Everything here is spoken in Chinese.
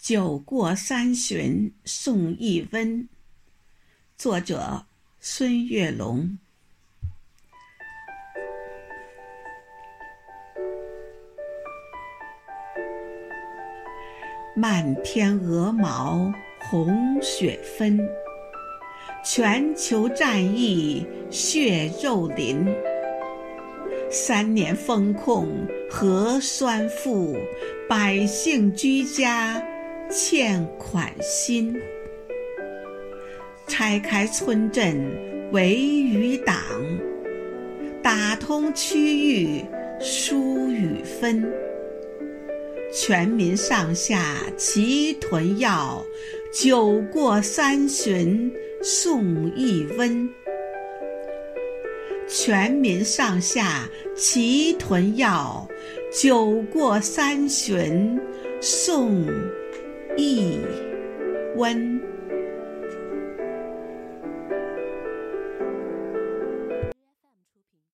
酒过三巡送一温。作者孙月龙。漫天鹅毛红雪纷，全球战役血肉淋。3年封控核酸负，百姓居家欠款心。拆开村镇围余党，打通区域疏与分。全民上下齐囤药，酒过三巡送一温。全民上下齐囤药，酒过三巡送一温。